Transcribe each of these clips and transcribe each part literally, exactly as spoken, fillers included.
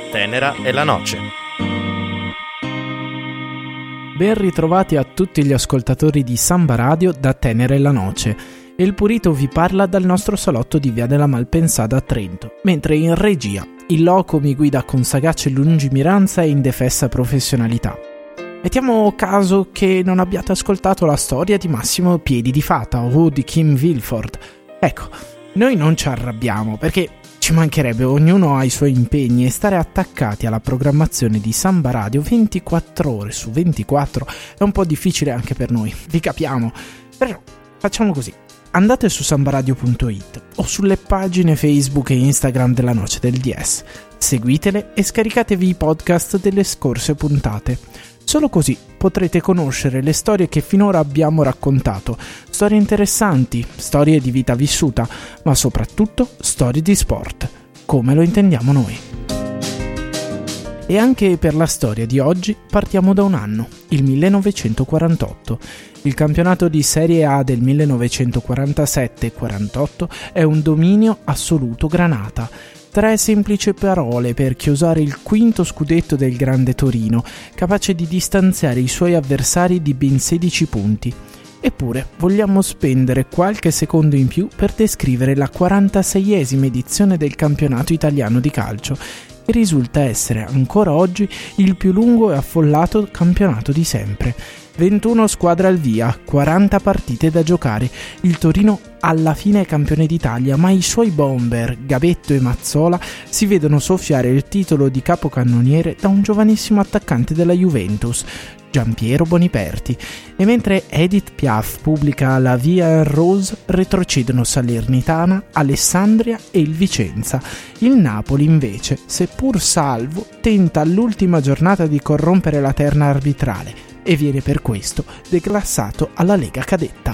Tenera e la Noce. Ben ritrovati a tutti gli ascoltatori di Samba Radio da Tenera e la Noce. Il Purito vi parla dal nostro salotto di Via della Malpensada a Trento, mentre in regia il loco mi guida con sagace lungimiranza e indefessa professionalità. Mettiamo caso che non abbiate ascoltato la storia di Massimo Piedi di Fata o di Kim Wilford. Ecco, noi non ci arrabbiamo perché ci mancherebbe, ognuno ha i suoi impegni e stare attaccati alla programmazione di Samba Radio ventiquattro ore su ventiquattro è un po' difficile anche per noi, vi capiamo. Però facciamo così, andate su sambaradio punto it o sulle pagine Facebook e Instagram della Noce del D S, seguitele e scaricatevi i podcast delle scorse puntate. Solo così potrete conoscere le storie che finora abbiamo raccontato, storie interessanti, storie di vita vissuta, ma soprattutto storie di sport, come lo intendiamo noi. E anche per la storia di oggi partiamo da un anno, il millenovecentoquarantotto. Il campionato di Serie A del millenovecentoquarantasette quarantotto è un dominio assoluto granata. Tre semplici parole per chiosare il quinto scudetto del grande Torino, capace di distanziare i suoi avversari di ben sedici punti. Eppure vogliamo spendere qualche secondo in più per descrivere la quarantaseiesima edizione del campionato italiano di calcio, che risulta essere ancora oggi il più lungo e affollato campionato di sempre. ventuno squadre al via, quaranta partite da giocare. Il Torino alla fine è campione d'Italia, ma i suoi bomber, Gabetto e Mazzola, si vedono soffiare il titolo di capocannoniere da un giovanissimo attaccante della Juventus, Giampiero Boniperti, e mentre Edith Piaf pubblica La Vie en Rose, retrocedono Salernitana, Alessandria e il Vicenza. Il Napoli invece, seppur salvo, tenta all'ultima giornata di corrompere la terna arbitrale e viene per questo declassato alla Lega Cadetta.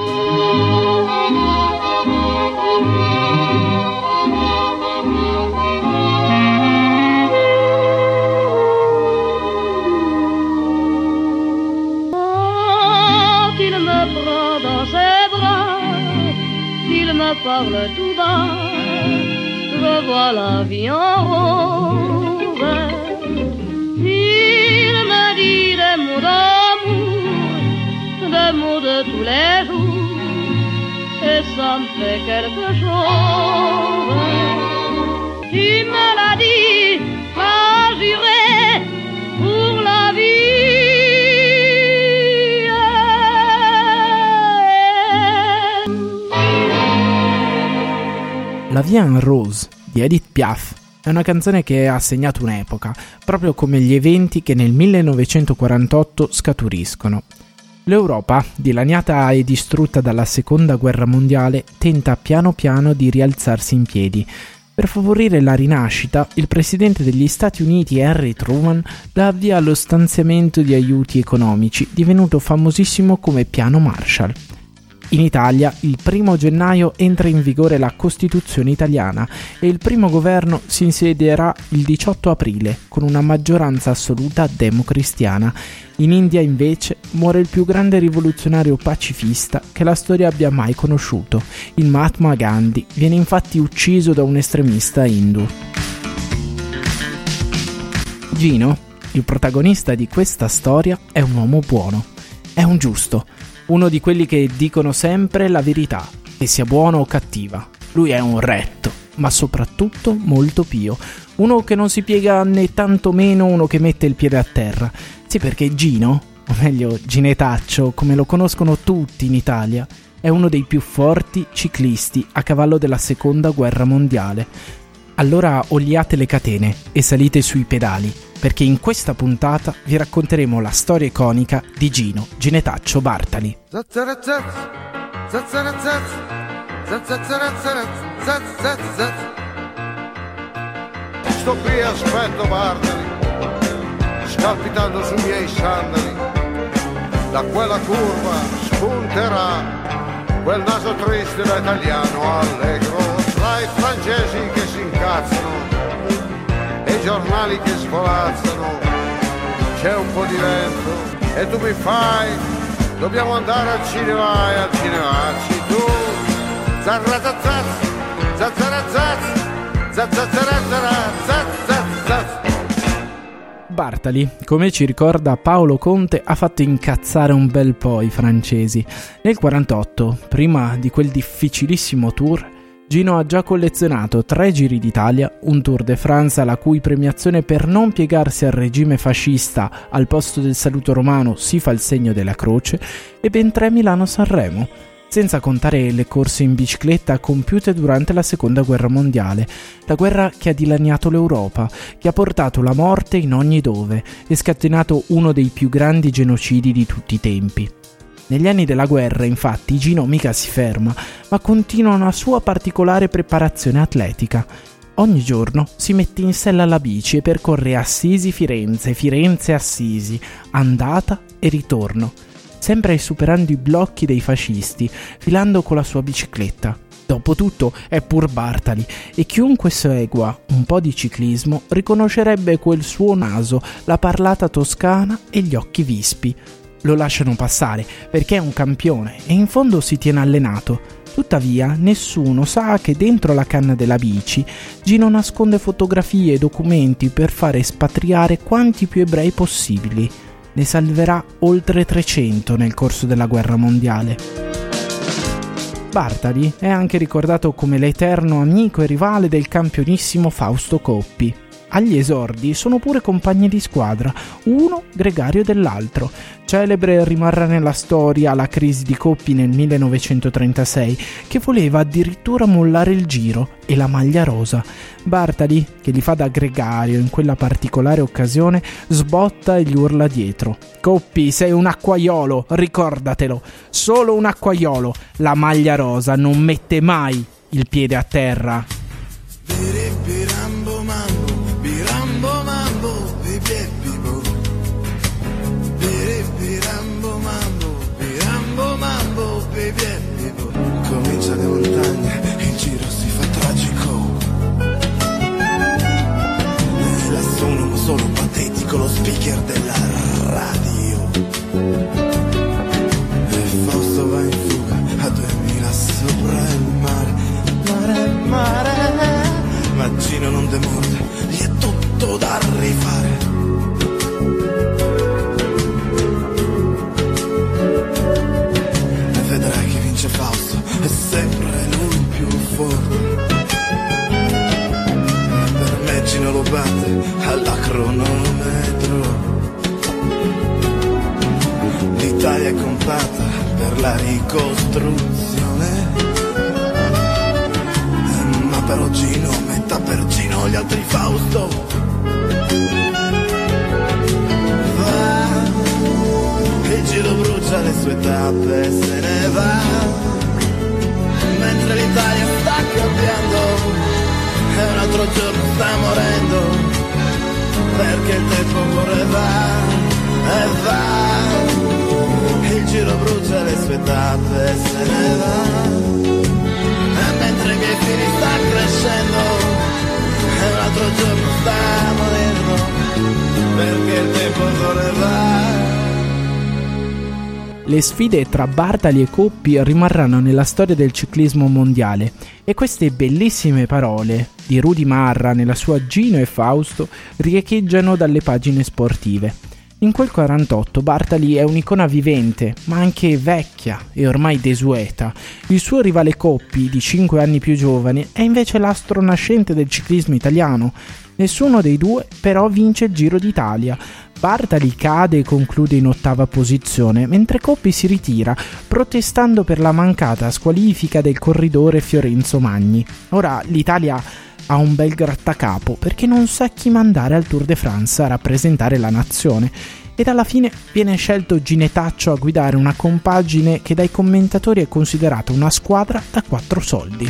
Il me prend dans ses bras, il me parle tout bas, je vois la vie en rose. Il me dit des mots d'amour, des mots de tous les jours, et ça me fait quelque chose. Il me l'a dit, m'a juré pour la vie. La Vie en Rose di Edith Piaf è una canzone che ha segnato un'epoca, proprio come gli eventi che nel millenovecentoquarantotto scaturiscono. L'Europa, dilaniata e distrutta dalla Seconda Guerra Mondiale, tenta piano piano di rialzarsi in piedi. Per favorire la rinascita, il presidente degli Stati Uniti Harry Truman dà avvio allo stanziamento di aiuti economici, divenuto famosissimo come Piano Marshall. In Italia, il primo gennaio entra in vigore la Costituzione italiana e il primo governo si insedierà il diciotto aprile con una maggioranza assoluta democristiana. In India, invece, muore il più grande rivoluzionario pacifista che la storia abbia mai conosciuto. Il Mahatma Gandhi viene infatti ucciso da un estremista hindu. Gino, il protagonista di questa storia, è un uomo buono, è un giusto. Uno di quelli che dicono sempre la verità, che sia buona o cattiva. Lui è un retto, ma soprattutto molto pio. Uno che non si piega né tanto meno uno che mette il piede a terra. Sì, perché Gino, o meglio Ginetaccio, come lo conoscono tutti in Italia, è uno dei più forti ciclisti a cavallo della Seconda Guerra Mondiale. Allora oliate le catene e salite sui pedali, perché in questa puntata vi racconteremo la storia iconica di Gino Ginetaccio Bartali. Sto qui aspetto Bartali, scalpitando sui miei sandali, da quella curva spunterà quel naso triste da italiano allegro, tra i francesi che si incazzano e i giornali che svolazzano, c'è un po' di vento e tu mi fai, dobbiamo andare al cinema e al cinema ci tu, zarrazazzaz, zazzarazaz, zazzazzarazzara, zazzazz. Cazzo! Bartali, come ci ricorda Paolo Conte, ha fatto incazzare un bel po' i francesi. Nel quarantotto, prima di quel difficilissimo tour, Gino ha già collezionato tre Giri d'Italia, un Tour de France la cui premiazione per non piegarsi al regime fascista al posto del saluto romano si fa il segno della croce, e ben tre Milano-Sanremo, senza contare le corse in bicicletta compiute durante la Seconda Guerra Mondiale, la guerra che ha dilaniato l'Europa, che ha portato la morte in ogni dove e scatenato uno dei più grandi genocidi di tutti i tempi. Negli anni della guerra, infatti, Gino mica si ferma, ma continua una sua particolare preparazione atletica. Ogni giorno si mette in sella alla bici e percorre Assisi-Firenze, Firenze-Assisi, andata e ritorno, sempre superando i blocchi dei fascisti, filando con la sua bicicletta. Dopotutto è pur Bartali, e chiunque segua un po' di ciclismo riconoscerebbe quel suo naso, la parlata toscana e gli occhi vispi. Lo lasciano passare perché è un campione e in fondo si tiene allenato. Tuttavia nessuno sa che dentro la canna della bici Gino nasconde fotografie e documenti per fare espatriare quanti più ebrei possibili. Ne salverà oltre trecento nel corso della guerra mondiale. Bartali è anche ricordato come l'eterno amico e rivale del campionissimo Fausto Coppi. Agli esordi sono pure compagni di squadra, uno gregario dell'altro. Celebre rimarrà nella storia la crisi di Coppi nel millenovecentotrentasei, che voleva addirittura mollare il Giro e la maglia rosa. Bartali, che gli fa da gregario in quella particolare occasione, sbotta e gli urla dietro: «Coppi, sei un acquaiolo, ricordatelo, solo un acquaiolo, la maglia rosa non mette mai il piede a terra». Comincia le montagne, il giro si fa tragico. E lassù un uomo solo patetico, lo speaker della radio. E Fausto va in fuga a duemila sopra il mare. Mare, mare. Ma Gino non demorde, gli è tutto da rifare. Vedrai che vince Fausto, è sempre lui più forte. Per me Gino lo batte alla cronometro. L'Italia è compatta per la ricostruzione. Ma però Gino, metà per Gino, gli altri Fausto. Va, il Giro brucia le sue tappe e se ne va, mentre l'Italia sta cambiando e un altro giorno sta morendo, perché il tempo corre va e va. Il Giro brucia le sue tappe e se ne va, e mentre che fili sta crescendo e un altro giorno sta morendo, perché il tempo corre va. Le sfide tra Bartali e Coppi rimarranno nella storia del ciclismo mondiale, e queste bellissime parole di Rudy Marra nella sua Gino e Fausto riecheggiano dalle pagine sportive. In quel quarantotto Bartali è un'icona vivente, ma anche vecchia e ormai desueta. Il suo rivale Coppi, di cinque anni più giovane, è invece l'astro nascente del ciclismo italiano. Nessuno dei due però vince il Giro d'Italia. Bartali cade e conclude in ottava posizione, mentre Coppi si ritira, protestando per la mancata squalifica del corridore Fiorenzo Magni. Ora l'Italia ha un bel grattacapo perché non sa chi mandare al Tour de France a rappresentare la nazione, ed alla fine viene scelto Ginetaccio a guidare una compagine che dai commentatori è considerata una squadra da quattro soldi.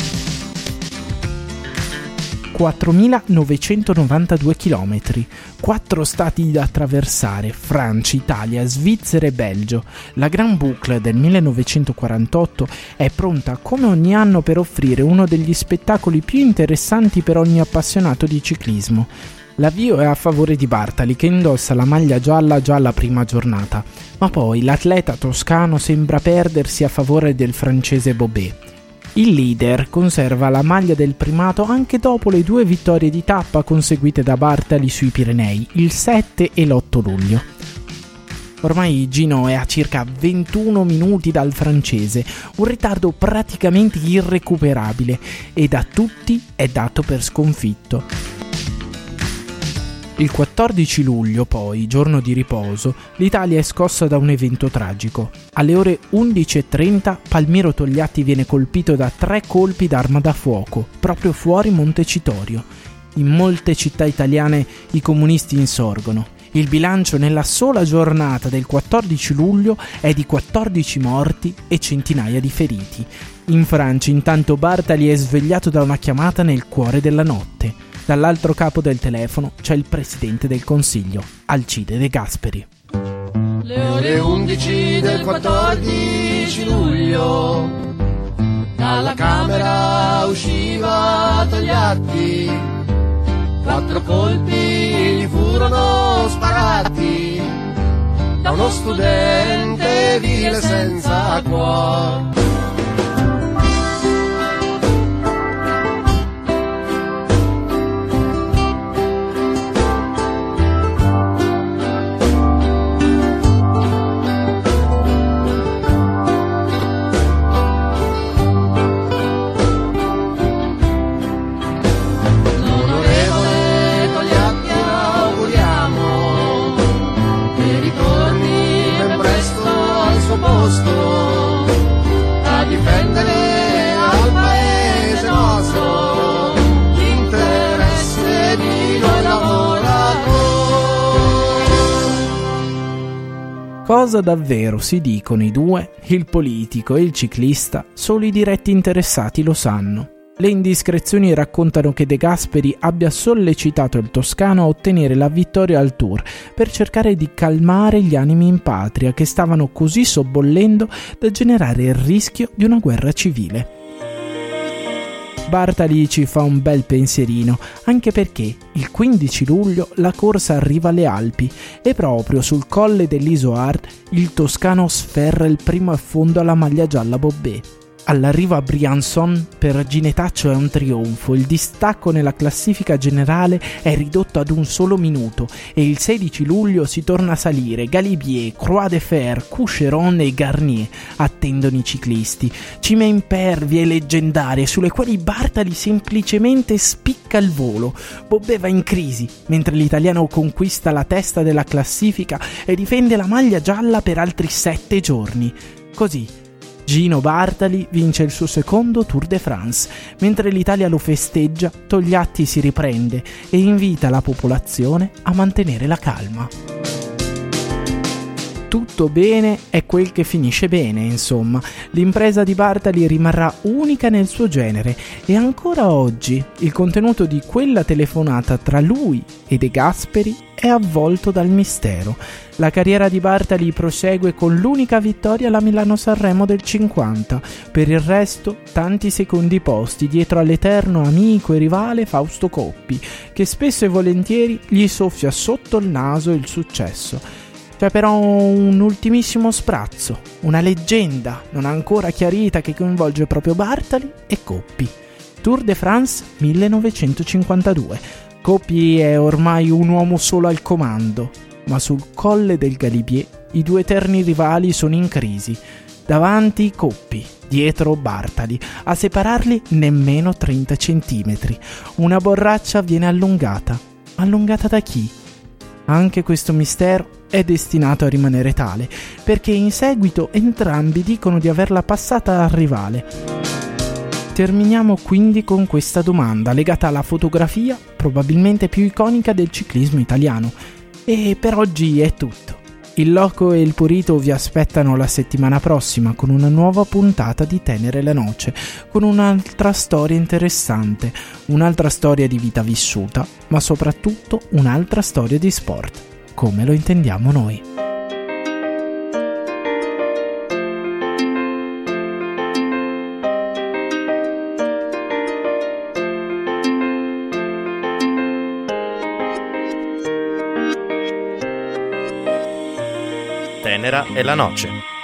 quattromilanovecentonovantadue chilometri, quattro stati da attraversare: Francia, Italia, Svizzera e Belgio. La Grand Boucle del millenovecentoquarantotto è pronta come ogni anno per offrire uno degli spettacoli più interessanti per ogni appassionato di ciclismo. L'avvio è a favore di Bartali, che indossa la maglia gialla già alla prima giornata, ma poi l'atleta toscano sembra perdersi a favore del francese Bobet. Il leader conserva la maglia del primato anche dopo le due vittorie di tappa conseguite da Bartali sui Pirenei, il sette e l'otto luglio. Ormai Gino è a circa ventuno minuti dal francese, un ritardo praticamente irrecuperabile e da tutti è dato per sconfitto. Il quattordici luglio, poi, giorno di riposo, l'Italia è scossa da un evento tragico. Alle ore undici e trenta Palmiro Togliatti viene colpito da tre colpi d'arma da fuoco, proprio fuori Montecitorio. In molte città italiane i comunisti insorgono. Il bilancio nella sola giornata del quattordici luglio è di quattordici morti e centinaia di feriti. In Francia, intanto, Bartali è svegliato da una chiamata nel cuore della notte. Dall'altro capo del telefono c'è il presidente del Consiglio, Alcide De Gasperi. Le ore undici del quattordici luglio, dalla Camera usciva Togliatti, quattro colpi gli furono sparati da uno studente vile senza cuore. A difendere al paese nostro l'interesse di noi lavoratori. Cosa davvero si dicono i due? Il politico e il ciclista, solo i diretti interessati lo sanno. Le indiscrezioni raccontano che De Gasperi abbia sollecitato il toscano a ottenere la vittoria al Tour per cercare di calmare gli animi in patria che stavano così sobbollendo da generare il rischio di una guerra civile. Bartali ci fa un bel pensierino, anche perché il quindici luglio la corsa arriva alle Alpi e proprio sul colle dell'Isoard il toscano sferra il primo affondo alla maglia gialla Bobet. All'arrivo a Briançon per Ginetaccio è un trionfo, il distacco nella classifica generale è ridotto ad un solo minuto e il sedici luglio si torna a salire. Galibier, Croix de Fer, Coucheron e Garnier attendono i ciclisti, cime impervie e leggendarie sulle quali Bartali semplicemente spicca il volo. Bobet va in crisi, mentre l'italiano conquista la testa della classifica e difende la maglia gialla per altri sette giorni. Così Gino Bartali vince il suo secondo Tour de France. Mentre l'Italia lo festeggia, Togliatti si riprende e invita la popolazione a mantenere la calma. Tutto bene è quel che finisce bene, insomma. L'impresa di Bartali rimarrà unica nel suo genere e ancora oggi il contenuto di quella telefonata tra lui e De Gasperi è avvolto dal mistero. La carriera di Bartali prosegue con l'unica vittoria alla Milano-Sanremo del cinquanta. Per il resto, tanti secondi posti dietro all'eterno amico e rivale Fausto Coppi, che spesso e volentieri gli soffia sotto il naso il successo. C'è però un ultimissimo sprazzo, una leggenda non ancora chiarita che coinvolge proprio Bartali e Coppi. Tour de France millenovecentocinquantadue. Coppi è ormai un uomo solo al comando, ma sul colle del Galibier i due eterni rivali sono in crisi. Davanti Coppi, dietro Bartali, a separarli nemmeno trenta centimetri. Una borraccia viene allungata. Allungata da chi? Anche questo mistero è destinato a rimanere tale, perché in seguito entrambi dicono di averla passata al rivale. Terminiamo quindi con questa domanda legata alla fotografia probabilmente più iconica del ciclismo italiano. E per oggi è tutto. Il Loco e il Purito vi aspettano la settimana prossima con una nuova puntata di Tenere la Noce, con un'altra storia interessante, un'altra storia di vita vissuta, ma soprattutto un'altra storia di sport, come lo intendiamo noi. Tenera e la Noce.